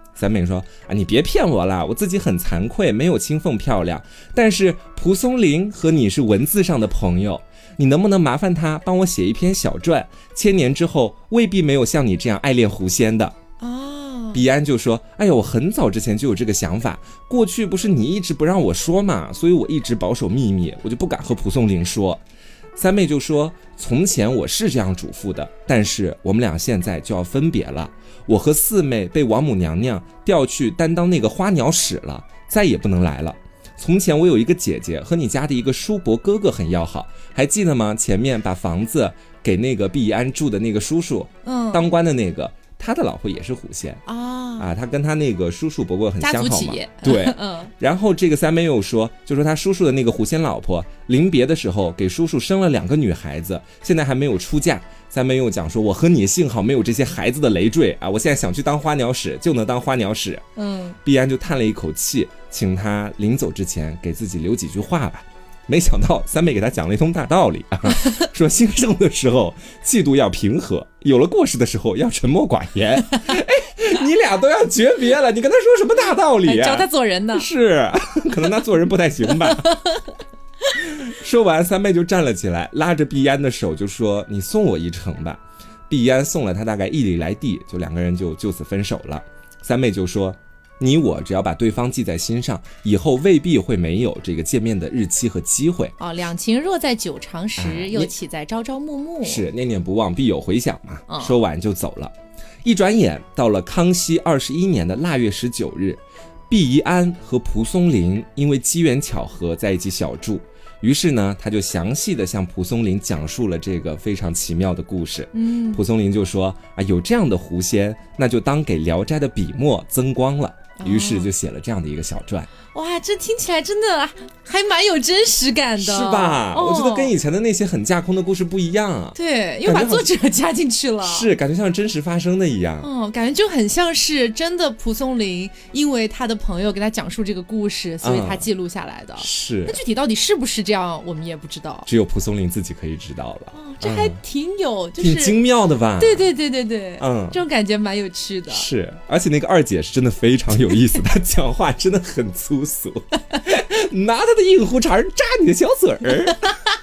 三妹说啊，你别骗我啦，我自己很惭愧，没有青凤漂亮，但是蒲松龄和你是文字上的朋友，你能不能麻烦他帮我写一篇小传，千年之后未必没有像你这样爱恋狐仙的。 哦， 毕安就说，哎呀，我很早之前就有这个想法，过去不是你一直不让我说嘛，所以我一直保守秘密，我就不敢和蒲松龄说。三妹就说，从前我是这样嘱咐的，但是我们俩现在就要分别了，我和四妹被王母娘娘调去担当那个花鸟使了，再也不能来了。从前我有一个姐姐和你家的一个叔伯哥哥很要好，还记得吗？前面把房子给那个毕安住的那个叔叔，嗯，当官的那个，他的老婆也是狐仙啊。啊，他跟他那个叔叔伯伯很相好嘛，家族企业，对，嗯。然后这个三妹又说，就说他叔叔的那个狐仙老婆临别的时候给叔叔生了两个女孩子，现在还没有出嫁。三妹又讲说，我和你幸好没有这些孩子的累赘啊，我现在想去当花鸟使就能当花鸟使。嗯，毕安就叹了一口气，请他临走之前给自己留几句话吧。没想到三妹给他讲了一通大道理啊，说兴盛的时候气度要平和，有了过失的时候要沉默寡言。哎，你俩都要诀别了，你跟他说什么大道理啊？教他做人呢？ 是，可能他做人不太行吧。说完，三妹就站了起来，拉着毕安的手就说，你送我一程吧。毕安送了他大概一里来地，就两个人就就此分手了。三妹就说，你我只要把对方记在心上，以后未必会没有这个见面的日期和机会。 哦，两情若在久长时，哎、又岂在朝朝暮暮？ 是，念念不忘必有回响嘛。哦、说完就走了。一转眼到了康熙二十一年的腊月十九日，毕宜安和蒲松龄因为机缘巧合在一起小住。于是呢，他就详细的向蒲松龄讲述了这个非常奇妙的故事。嗯，蒲松龄就说啊，有这样的狐仙，那就当给《聊斋》的笔墨增光了。于是就写了这样的一个小传。 哇，这听起来真的还蛮有真实感的， 是吧？哦、我觉得跟以前的那些很架空的故事不一样啊。 对，又把作者加进去了， 是感觉像真实发生的一样。 哦，感觉就很像是真的蒲松龄因为他的朋友给他讲述这个故事，所以他记录下来的。嗯、 是， 那具体到底是不是这样，我们也不知道， 只有蒲松龄自己可以知道了。 哦，这还挺有，嗯、就是挺精妙的吧？ 对对对对对， 嗯， 这种感觉蛮有趣的。 是，而且那个二姐是真的非常有意思，她讲话真的很粗俗。拿他的硬胡茬扎你的小嘴儿。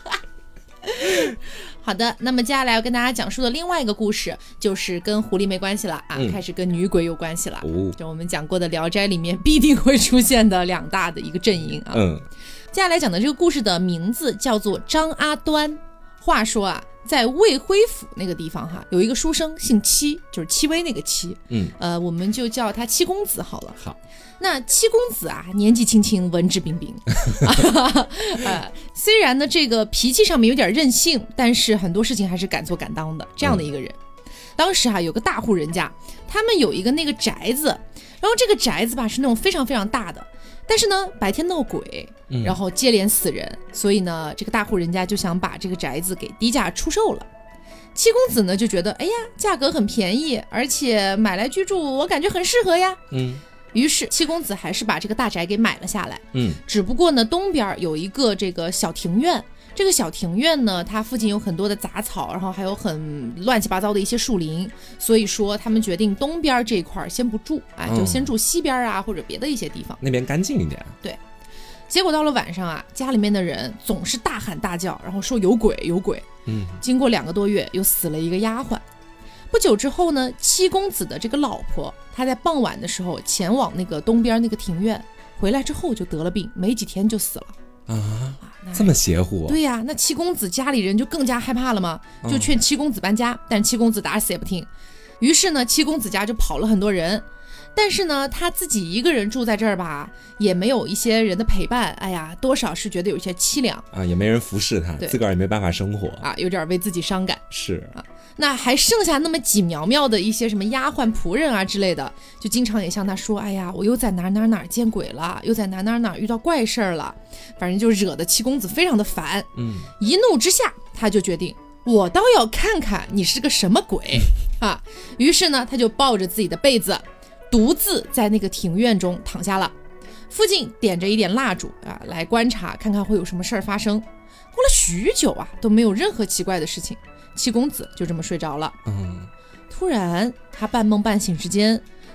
好的，那么接下来要跟大家讲述的另外一个故事，就是跟狐狸没关系了啊，嗯、开始跟女鬼有关系了。哦，就我们讲过的《聊斋》里面必定会出现的两大的一个阵营啊。嗯，接下来讲的这个故事的名字叫做张阿端。话说啊，在魏辉府那个地方哈，有一个书生姓戚，就是戚薇那个戚。嗯，呃，我们就叫他戚公子好了。 好。 那戚公子啊，年纪轻轻，文质彬彬，呃，虽然呢这个脾气上面有点任性，但是很多事情还是敢做敢当的，这样的一个人。嗯、当时啊有个大户人家，他们有一个那个宅子，然后这个宅子吧是那种非常非常大的，但是呢白天闹鬼，然后接连死人，嗯、所以呢这个大户人家就想把这个宅子给低价出售了。戚公子呢就觉得，哎呀，价格很便宜，而且买来居住，我感觉很适合呀。嗯。于是戚公子还是把这个大宅给买了下来。嗯，只不过呢，东边有一个这个小庭院，这个小庭院呢，它附近有很多的杂草，然后还有很乱七八糟的一些树林，所以说他们决定东边这一块先不住，啊，就先住西边啊，或者别的一些地方， 那边干净一点。 对。结果到了晚上啊，家里面的人总是大喊大叫，然后说有鬼有鬼。嗯，经过两个多月，又死了一个丫鬟。不久之后呢，戚公子的这个老婆，她在傍晚的时候前往那个东边那个庭院，回来之后就得了病，没几天就死了。啊， 啊这么邪乎、啊？ 对呀、啊，那戚公子家里人就更加害怕了嘛，就劝戚公子搬家，嗯、但戚公子打死也不听。于是呢，戚公子家就跑了很多人。但是呢，他自己一个人住在这儿吧，也没有一些人的陪伴，哎呀，多少是觉得有一些凄凉啊，也没人服侍他，自个儿也没办法生活啊，有点为自己伤感。 是啊，那还剩下那么几苗苗的一些什么丫鬟仆人啊之类的，就经常也向他说，哎呀，我又在哪哪哪见鬼了，又在哪哪哪遇到怪事儿了，反正就惹得戚公子非常的烦。嗯，一怒之下，他就决定，我倒要看看你是个什么鬼啊！于是呢，他就抱着自己的被子，独自在那个庭院中躺下了，附近点着一点蜡烛啊，来观察看看会有什么事儿发生。过了许久啊，都没有任何奇怪的事情，戚公子就这么睡着了。嗯，突然他半梦半醒之间，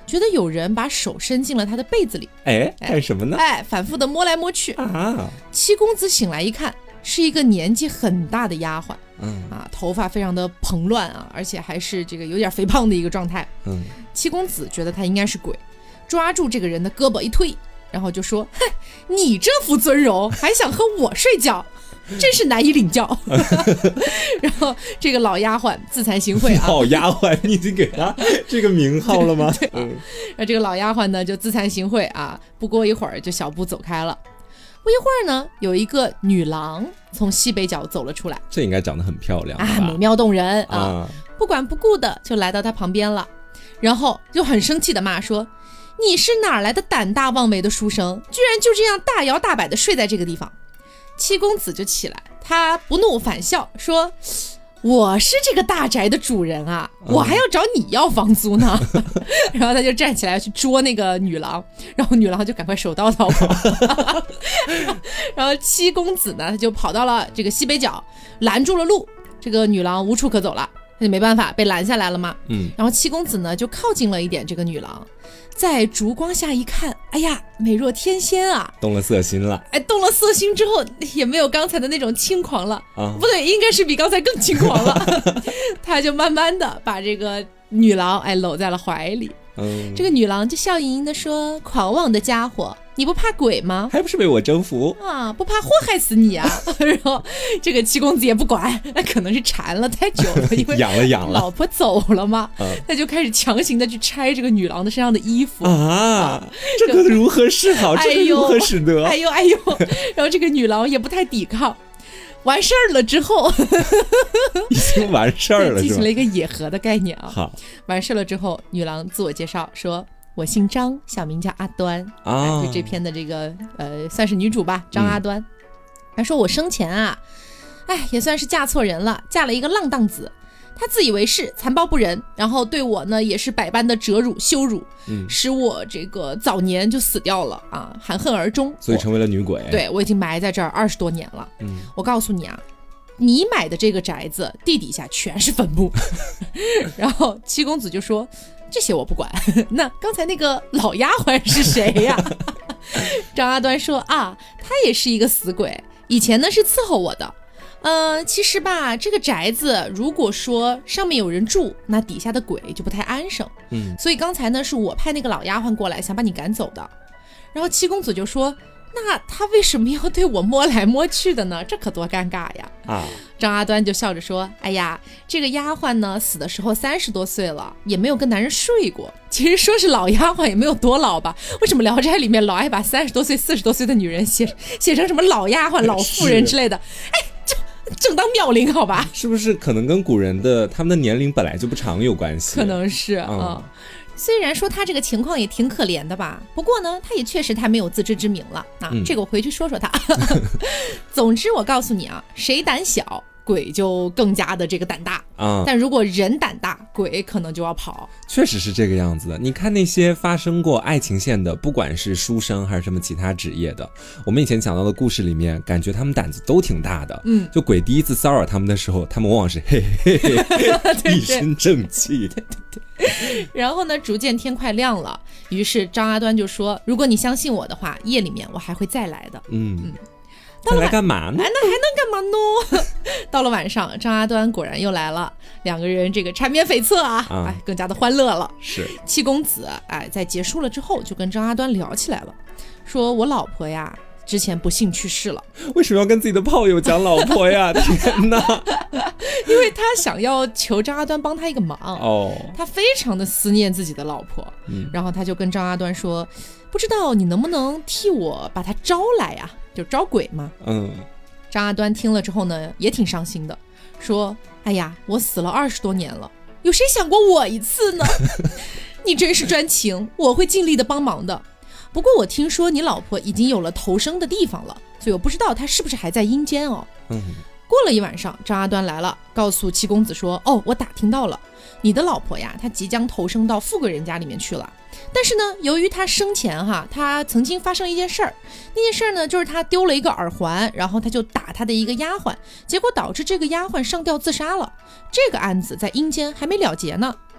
觉得有人把手伸进了他的被子里。 哎，干什么呢？ 哎，反复的摸来摸去啊。七公子醒来一看，是一个年纪很大的丫鬟，嗯啊，头发非常的蓬乱啊，而且还是这个有点肥胖的一个状态。嗯，七公子觉得他应该是鬼，抓住这个人的胳膊一推，然后就说：“哼，你这副尊容还想和我睡觉？”真是难以领教。然后这个老丫鬟自惭形秽啊， 老丫鬟，你已经给他这个名号了吗？ 对，对、啊，那、嗯、这个老丫鬟呢就自惭形秽啊，不过一会儿就小步走开了。不一会儿呢，有一个女郎从西北角走了出来， 这应该长得很漂亮啊，美妙动人 啊, 啊，不管不顾的就来到他旁边了，然后就很生气的骂说：“你是哪来的胆大妄为的书生，居然就这样大摇大摆的睡在这个地方？”七公子就起来，他不怒反笑说：“我是这个大宅的主人啊，我还要找你要房租呢。嗯”然后他就站起来去捉那个女郎，然后女郎就赶快手刀逃跑。然后七公子呢，他就跑到了这个西北角，拦住了路，这个女郎无处可走了，他就没办法被拦下来了嘛。嗯，然后七公子呢就靠近了一点这个女郎，在烛光下一看，哎呀，美若天仙啊， 动了色心了。 哎，动了色心之后，也没有刚才的那种轻狂了啊，不对，应该是比刚才更轻狂了。他就慢慢的把这个女郎哎搂在了怀里。嗯，这个女郎就笑盈盈的说：“狂妄的家伙，你不怕鬼吗？还不是被我征服啊？不怕祸害死你啊？”然后这个七公子也不管，那可能是馋了太久了，因为痒了痒了， 老婆走了嘛，嗯、他就开始强行的去拆这个女郎的身上的衣服啊，啊这个如何是好？这个如何使得？ 哎呦哎呦！然后这个女郎也不太抵抗。完事儿了之后已经完事儿了， 进行了一个野合的概念啊。 好， 完事了之后，女郎自我介绍说：“我姓张，小名叫阿端啊。”就这篇的这个呃，算是女主吧，张阿端。她、嗯、说：“我生前啊，哎，也算是嫁错人了，嫁了一个浪荡子。他自以为是，残暴不仁，然后对我呢也是百般的折辱羞辱，嗯，使我这个早年就死掉了啊，含恨而终， 所以成为了女鬼。 对，我已经埋在这儿二十多年了。嗯，我告诉你啊，你买的这个宅子地底下全是坟墓。然后七公子就说：“这些我不管，那刚才那个老丫鬟是谁呀？”张阿端说：“啊，他也是一个死鬼，以前呢是伺候我的。”呃，其实吧，这个宅子如果说上面有人住，那底下的鬼就不太安生。嗯，所以刚才呢是我派那个老丫鬟过来，想把你赶走的。然后七公子就说：“那他为什么要对我摸来摸去的呢？这可多尴尬呀！”啊，张阿端就笑着说：“哎呀，这个丫鬟呢死的时候三十多岁了，也没有跟男人睡过。其实说是老丫鬟也没有多老吧？为什么《聊斋》里面老爱把三十多岁、四十多岁的女人写写成什么老丫鬟、老妇人之类的？哎，就。”正当妙龄好吧， 是不是可能跟古人的他们的年龄本来就不长有关系？ 可能是啊、嗯嗯。虽然说他这个情况也挺可怜的吧，不过呢，他也确实太没有自知之明了啊、嗯。这个我回去说说他。总之，我告诉你啊，谁胆小，鬼就更加的这个胆大啊、嗯。但如果人胆大，鬼可能就要跑。 确实是这个样子的。你看那些发生过爱情线的，不管是书生还是什么其他职业的，我们以前讲到的故事里面，感觉他们胆子都挺大的。嗯，就鬼第一次骚扰他们的时候，他们往往是嘿嘿嘿，一身正气。 对对对。然后呢，逐渐天快亮了，于是张阿端就说：“如果你相信我的话，夜里面我还会再来的。”嗯嗯。 他来干嘛呢？ 哎，那还能干嘛呢？到了晚上，张阿端果然又来了，两个人这个缠绵悱恻啊，啊哎，更加的欢乐了。 是七公子，哎，在结束了之后，就跟张阿端聊起来了，说我老婆呀，之前不幸去世了。 为什么要跟自己的炮友讲老婆呀？天哪！ 因为他想要求张阿端帮他一个忙哦，他非常的思念自己的老婆，嗯，然后他就跟张阿端说，不知道你能不能替我把他招来呀？就招鬼嘛。嗯，张阿端听了之后呢，也挺伤心的，说：“哎呀，我死了二十多年了，有谁想过我一次呢？你真是专情，我会尽力的帮忙的。不过我听说你老婆已经有了投生的地方了，所以我不知道她是不是还在阴间哦。”嗯。过了一晚上，张阿端来了，告诉七公子说：“哦，我打听到了，你的老婆呀，她即将投生到富贵人家里面去了。但是呢，由于她生前哈，她曾经发生一件事儿，那件事儿呢，就是她丢了一个耳环，然后她就打她的一个丫鬟，结果导致这个丫鬟上吊自杀了。这个案子在阴间还没了结呢。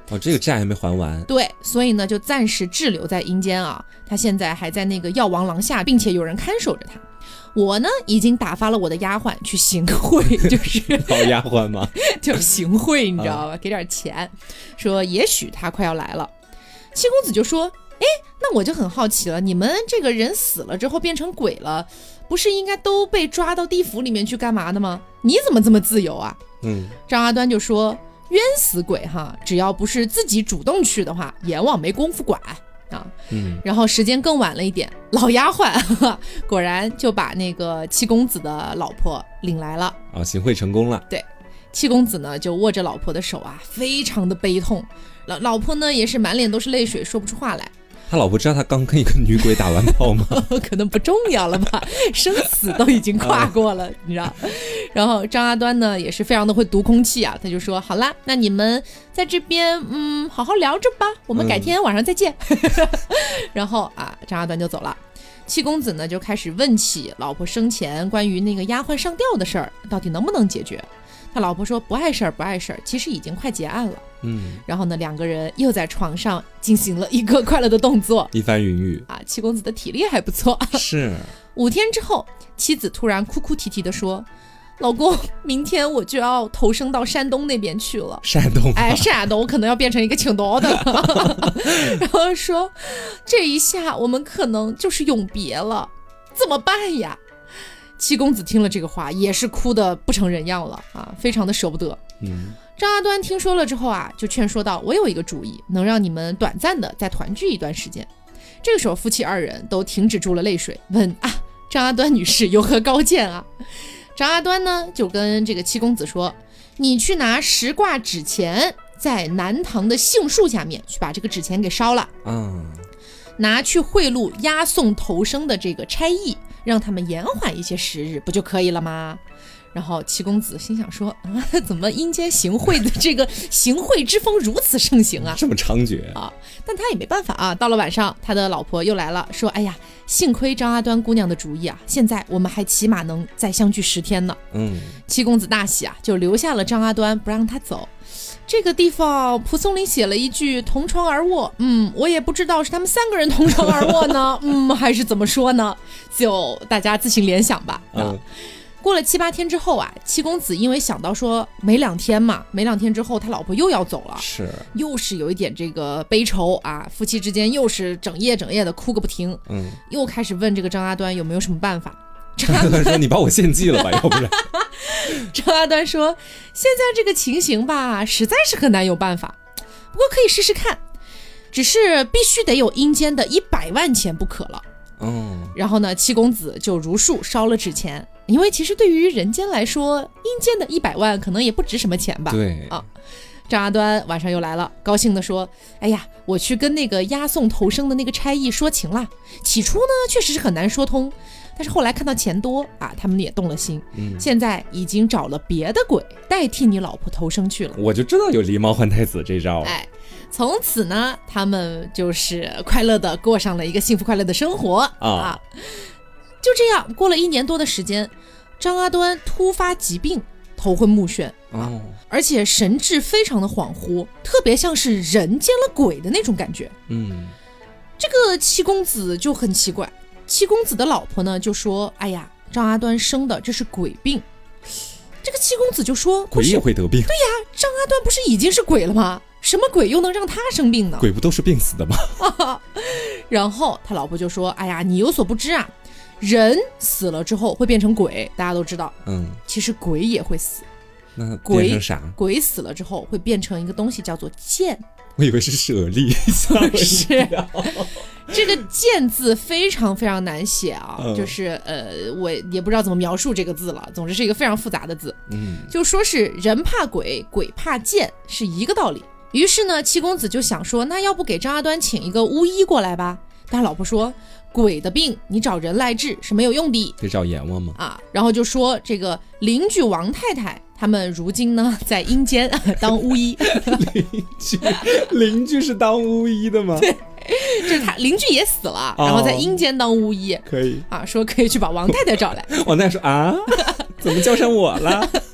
哦，这个债还没还完。 对，所以呢就暂时滞留在阴间啊，他现在还在那个药王廊下，并且有人看守着他。我呢已经打发了我的丫鬟去行贿，就是老丫鬟吗？ 就是行贿，你知道吧？给点钱，说也许他快要来了。七公子就说：“哎，那我就很好奇了，你们这个人死了之后变成鬼了，不是应该都被抓到地府里面去干嘛的吗？你怎么这么自由啊？”嗯，张阿端就说：“冤死鬼哈，只要不是自己主动去的话，阎王没工夫管。”啊，嗯，然后时间更晚了一点，老丫鬟呵呵果然就把那个七公子的老婆领来了啊，行贿成功了。 对，七公子呢就握着老婆的手啊，非常的悲痛，老老婆呢也是满脸都是泪水，说不出话来。 他老婆知道他刚跟一个女鬼打完炮吗？ 可能不重要了吧，生死都已经跨过了，你知道。然后张阿端呢也是非常的会读空气啊，他就说好啦，那你们在这边嗯好好聊着吧，我们改天晚上再见。嗯、然后啊，张阿端就走了。七公子呢就开始问起老婆生前关于那个丫鬟上吊的事儿，到底能不能解决？他老婆说不碍事儿，不碍事儿，其实已经快结案了。嗯，然后呢，两个人又在床上进行了一个快乐的动作， 一番云雨啊。七公子的体力还不错。 是。 五天之后，妻子突然哭哭啼啼的说：“老公，明天我就要投生到山东那边去了。” 山东？ 哎，山东可能要变成一个青岛的了。然后说，这一下我们可能就是永别了，怎么办呀？七公子听了这个话也是哭得不成人样了啊，非常的舍不得。嗯，张阿端听说了之后啊，就劝说道：“我有一个主意，能让你们短暂的再团聚一段时间。”这个时候夫妻二人都停止住了泪水，问啊，张阿端女士有何高见啊？张阿端呢就跟这个七公子说：“你去拿十挂纸钱，在南堂的杏树下面去把这个纸钱给烧了，嗯，拿去贿赂押送投生的这个差役，让他们延缓一些时日，不就可以了吗？”然后七公子心想说啊，怎么阴间行贿的这个行贿之风如此盛行啊， 这么猖獗啊！但他也没办法啊。到了晚上，他的老婆又来了，说：“哎呀，幸亏张阿端姑娘的主意啊，现在我们还起码能再相聚十天呢。”嗯，七公子大喜啊，就留下了张阿端，不让他走。这个地方蒲松龄写了一句同床而卧，嗯，我也不知道是他们三个人同床而卧呢，嗯，还是怎么说呢？就大家自行联想吧。嗯。过了七八天之后啊，七公子因为想到说没两天嘛，没两天之后他老婆又要走了， 是， 又是有一点这个悲愁啊，夫妻之间又是整夜整夜的哭个不停，嗯，又开始问这个张阿端有没有什么办法。 张阿端说：“你把我献祭了吧，要不然。” 张阿端说：“现在这个情形吧，实在是很难有办法，不过可以试试看，只是必须得有阴间的一百万钱不可了。”哦，然后呢，七公子就如数烧了纸钱，因为其实对于人间来说，阴间的一百万可能也不值什么钱吧。 对啊，张阿端晚上又来了，高兴地说：“哎呀，我去跟那个押送投生的那个差役说情了。起初呢，确实是很难说通，但是后来看到钱多啊，他们也动了心。嗯，现在已经找了别的鬼代替你老婆投生去了。 我就知道有狸猫换太子这招。 哎。”从此呢，他们就是快乐的过上了一个幸福快乐的生活 啊, 啊！就这样过了一年多的时间，张阿端突发疾病，头昏目眩、啊哦、而且神志非常的恍惚，特别像是人见了鬼的那种感觉。嗯，这个七公子就很奇怪，七公子的老婆呢就说：“哎呀，张阿端生的这是鬼病。”这个七公子就说：“ 鬼也会得病？” 对呀，张阿端不是已经是鬼了吗？什么鬼又能让他生病呢？ 鬼不都是病死的吗？ 然后他老婆就说：“哎呀，你有所不知啊，人死了之后会变成鬼，大家都知道。嗯，其实鬼也会死。 那变成啥？ 鬼死了之后会变成一个东西叫做剑。 我以为是舍利。 是这个剑字非常非常难写啊、嗯、就是呃，我也不知道怎么描述这个字了，总之是一个非常复杂的字。嗯，就说是人怕鬼，鬼怕剑，是一个道理。于是呢，七公子就想说，那要不给张阿端请一个巫医过来吧？但老婆说，鬼的病你找人来治是没有用的， 得找阎王吗？ 啊，然后就说这个邻居王太太他们如今呢在阴间当巫医。 邻居邻居是当巫医的吗？ 对，就是他邻居也死了、哦、然后在阴间当巫医， 可以啊，说可以去把王太太找来。 王太太说啊，怎么叫上我了？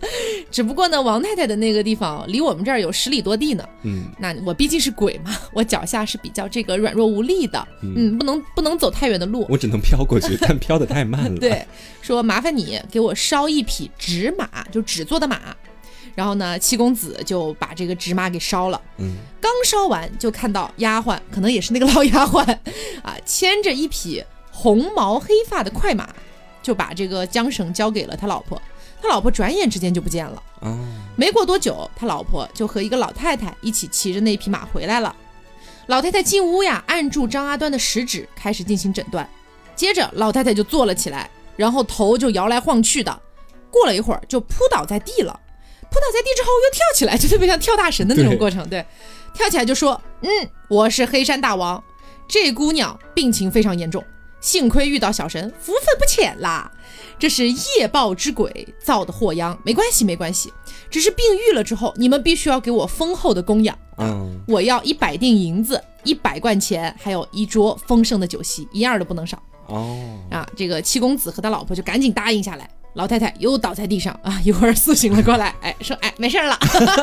只不过呢，王太太的那个地方离我们这儿有十里多地呢。嗯，那我毕竟是鬼嘛，我脚下是比较这个软弱无力的，嗯，嗯不能不能走太远的路， 我只能飘过去，但飘得太慢了。 对，说麻烦你给我烧一匹纸马，就纸做的马。然后呢，七公子就把这个纸马给烧了。嗯，刚烧完就看到丫鬟，可能也是那个老丫鬟啊，牵着一匹红毛黑发的快马，就把这个缰绳交给了他老婆。他老婆转眼之间就不见了。哦，没过多久，他老婆就和一个老太太一起骑着那匹马回来了。老太太进屋呀，按住张阿端的食指，开始进行诊断。接着，老太太就坐了起来，然后头就摇来晃去的。过了一会儿，就扑倒在地了。扑倒在地之后又跳起来，就特别像跳大神的那种过程。 对, 对，跳起来就说：“嗯，我是黑山大王，这姑娘病情非常严重，幸亏遇到小神，福分不浅啦。这是业报之鬼造的祸殃，没关系没关系，只是病愈了之后，你们必须要给我丰厚的供养。嗯，我要一百锭银子，一百贯钱，还有一桌丰盛的酒席，一样都不能少。”哦，啊，这个七公子和他老婆就赶紧答应下来。老太太又倒在地上啊，一会儿苏醒了过来，哎，说哎没事了。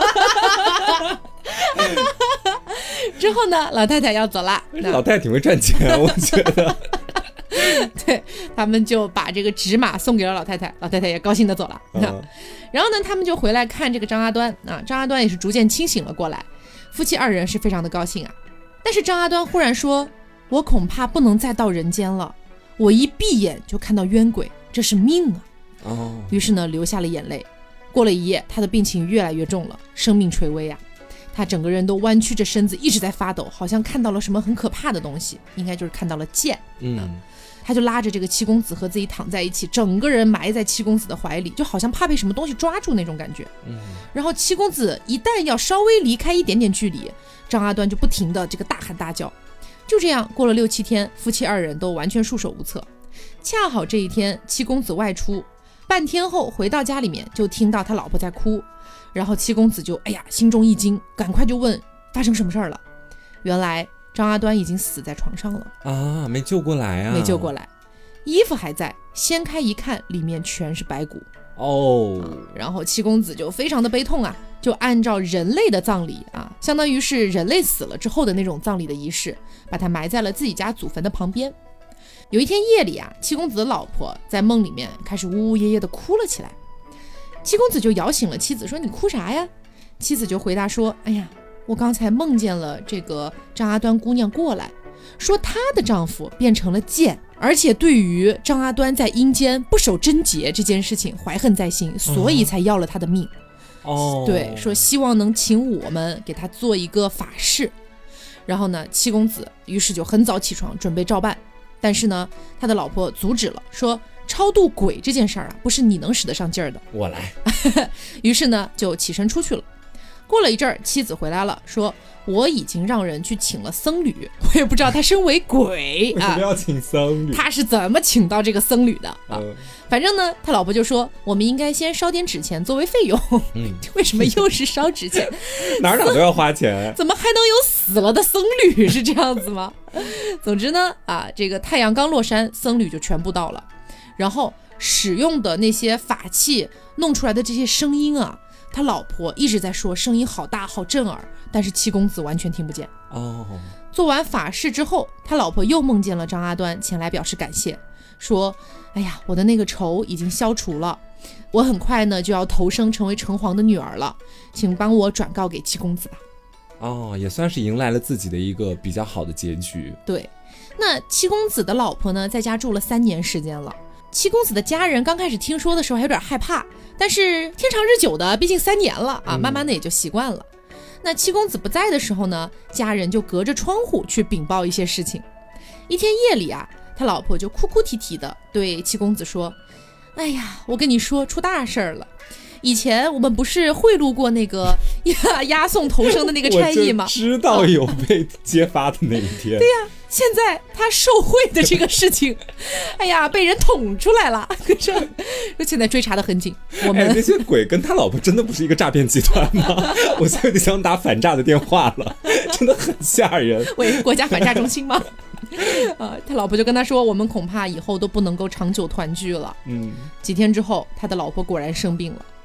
之后呢，老太太要走了， 老太太挺会赚钱啊，我觉得。 对，他们就把这个纸马送给了老太太，老太太也高兴的走了。嗯、然后呢，他们就回来看这个张阿端啊，张阿端也是逐渐清醒了过来，夫妻二人是非常的高兴啊。但是张阿端忽然说：“我恐怕不能再到人间了，我一闭眼就看到冤鬼，这是命啊。”哦，于是呢，流下了眼泪。过了一夜，他的病情越来越重了，生命垂危啊！他整个人都弯曲着身子，一直在发抖，好像看到了什么很可怕的东西，应该就是看到了剑。嗯，他就拉着这个七公子和自己躺在一起，整个人埋在七公子的怀里，就好像怕被什么东西抓住那种感觉。嗯，然后七公子一旦要稍微离开一点点距离，张阿端就不停的这个大喊大叫。就这样过了六七天，夫妻二人都完全束手无策。恰好这一天，七公子外出。半天后回到家里面，就听到他老婆在哭，然后七公子就哎呀心中一惊，赶快就问发生什么事儿了。原来张阿端已经死在床上了啊，没救过来啊， 没救过来，衣服还在，掀开一看，里面全是白骨哦、嗯。然后七公子就非常的悲痛啊，就按照人类的葬礼啊，相当于是人类死了之后的那种葬礼的仪式，把他埋在了自己家祖坟的旁边。有一天夜里啊，七公子的老婆在梦里面开始呜呜咽咽的哭了起来。七公子就摇醒了妻子，说：“你哭啥呀？”妻子就回答说：“哎呀，我刚才梦见了这个张阿端姑娘过来，说她的丈夫变成了剑，而且对于张阿端在阴间不守贞洁这件事情怀恨在心，所以才要了他的命。哦，对，说希望能请我们给他做一个法事。”然后呢，七公子于是就很早起床准备照办。但是呢，他的老婆阻止了，说超度鬼这件事儿啊，不是你能使得上劲儿的， 我来。 于是呢，就起身出去了。过了一阵儿，妻子回来了，说我已经让人去请了僧侣，我也不知道他身为鬼为什么要请僧侣、 啊、他是怎么请到这个僧侣的啊、嗯？反正呢，他老婆就说我们应该先烧点纸钱作为费用。嗯，为什么又是烧纸钱？ 哪哪都要花钱， 怎么还能有死了的僧侣？是这样子吗？总之呢，啊，这个太阳刚落山，僧侣就全部到了，然后使用的那些法器弄出来的这些声音啊。他老婆一直在说声音好大好震耳，但是七公子完全听不见。哦，做完法事之后，他老婆又梦见了张阿端前来表示感谢，说哎呀，我的那个仇已经消除了，我很快呢就要投生成为城隍的女儿了，请帮我转告给七公子吧。 哦，也算是迎来了自己的一个比较好的结局。 对，那七公子的老婆呢在家住了三年时间了。七公子的家人刚开始听说的时候还有点害怕，但是天长日久的，毕竟三年了啊，慢慢的也就习惯了。嗯、那七公子不在的时候呢，家人就隔着窗户去禀报一些事情。一天夜里啊，他老婆就哭哭啼啼的对七公子说：“哎呀，我跟你说出大事了。以前我们不是贿赂过那个押押送投生的那个差役吗？ 我就知道有被揭发的那一天。 对呀、啊，现在他受贿的这个事情，哎呀，被人捅出来了。说现在追查的很紧。我们、 哎、那些鬼跟他老婆真的不是一个诈骗集团吗？我现在有点想打反诈的电话了，真的很吓人。 喂，国家反诈中心吗？呃，他老婆就跟他说，我们恐怕以后都不能够长久团聚了。嗯，几天之后，他的老婆果然生病了。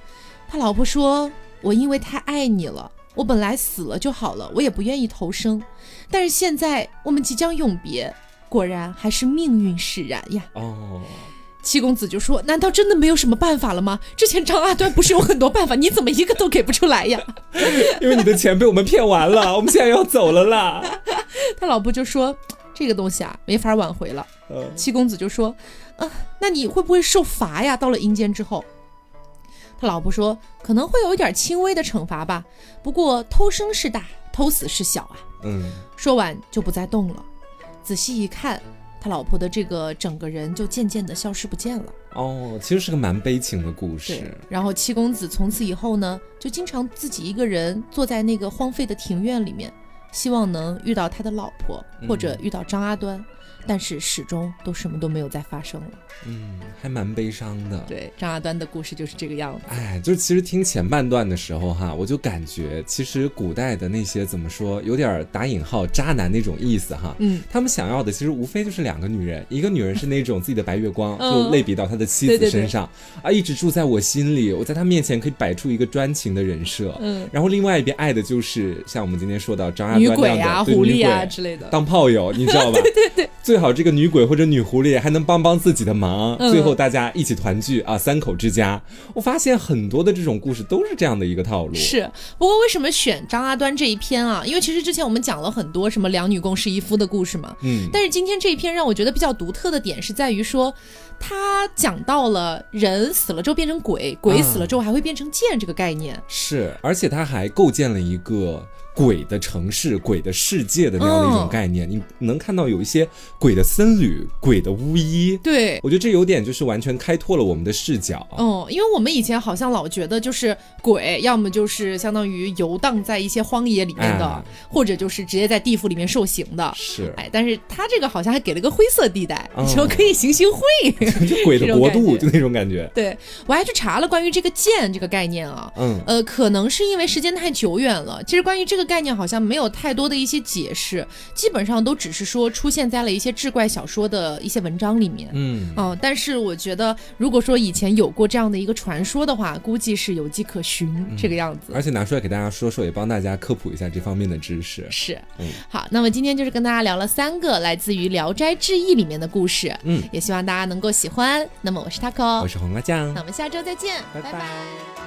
他老婆说，我因为太爱你了，我本来死了就好了，我也不愿意投生，但是现在我们即将永别，果然还是命运使然呀。哦，七公子就说，难道真的没有什么办法了吗？之前张阿端不是有很多办法，你怎么一个都给不出来呀？ 因为你的钱被我们骗完了，我们现在要走了啦。 他老婆就说，这个东西啊没法挽回了。呃、七公子就说、呃、那你会不会受罚呀？到了阴间之后。他老婆说，可能会有一点轻微的惩罚吧，不过偷生是大，偷死是小啊。嗯，说完就不再动了。仔细一看，他老婆的这个整个人就渐渐的消失不见了。 哦，其实是个蛮悲情的故事。 对，然后七公子从此以后呢，就经常自己一个人坐在那个荒废的庭院里面，希望能遇到他的老婆，或者遇到张阿端、嗯、但是始终都什么都没有再发生了。 嗯，还蛮悲伤的。 对，张阿端的故事就是这个样子。 哎，就其实听前半段的时候哈，我就感觉其实古代的那些怎么说，有点打引号渣男那种意思哈。嗯，他们想要的其实无非就是两个女人，一个女人是那种自己的白月光，嗯、就类比到他的妻子身上，对对对啊，一直住在我心里，我在他面前可以摆出一个专情的人设。嗯，然后另外一边爱的就是像我们今天说到张阿端女鬼啊、狐狸啊之类的， 当炮友，你知道吧？ 对对对， 最好这个女鬼或者女狐狸还能帮帮自己的忙，嗯、最后大家一起团聚啊，三口之家。我发现很多的这种故事都是这样的一个套路。 是，不过为什么选张阿端这一篇啊？因为其实之前我们讲了很多什么两女共侍一夫的故事嘛，嗯，但是今天这一篇让我觉得比较独特的点是在于说，他讲到了人死了之后变成鬼，鬼死了之后还会变成剑这个概念。 啊、是，而且他还构建了一个鬼的城市、鬼的世界的那样的一种概念，嗯、你能看到有一些鬼的僧侣、鬼的巫医。 对， 我觉得这有点就是完全开拓了我们的视角。 哦、嗯，因为我们以前好像老觉得就是鬼，要么就是相当于游荡在一些荒野里面的，哎、或者就是直接在地府里面受刑的。 是， 哎，但是他这个好像还给了个灰色地带，嗯、说可以行行贿， 就鬼的国度，就那种感觉。 对，我还去查了关于这个剑这个概念啊，嗯，呃，可能是因为时间太久远了，其实关于这个概念好像没有太多的一些解释，基本上都只是说出现在了一些志怪小说的一些文章里面。嗯，哦、呃，但是我觉得如果说以前有过这样的一个传说的话，估计是有迹可循、嗯、这个样子。 而且拿出来给大家说说，也帮大家科普一下这方面的知识。 是，嗯，好，那么今天就是跟大家聊了三个来自于《聊斋志异》里面的故事，嗯，也希望大家能够喜欢。那么我是 Taco， 我是黄瓜酱， 那我们下周再见， 拜拜。 拜拜。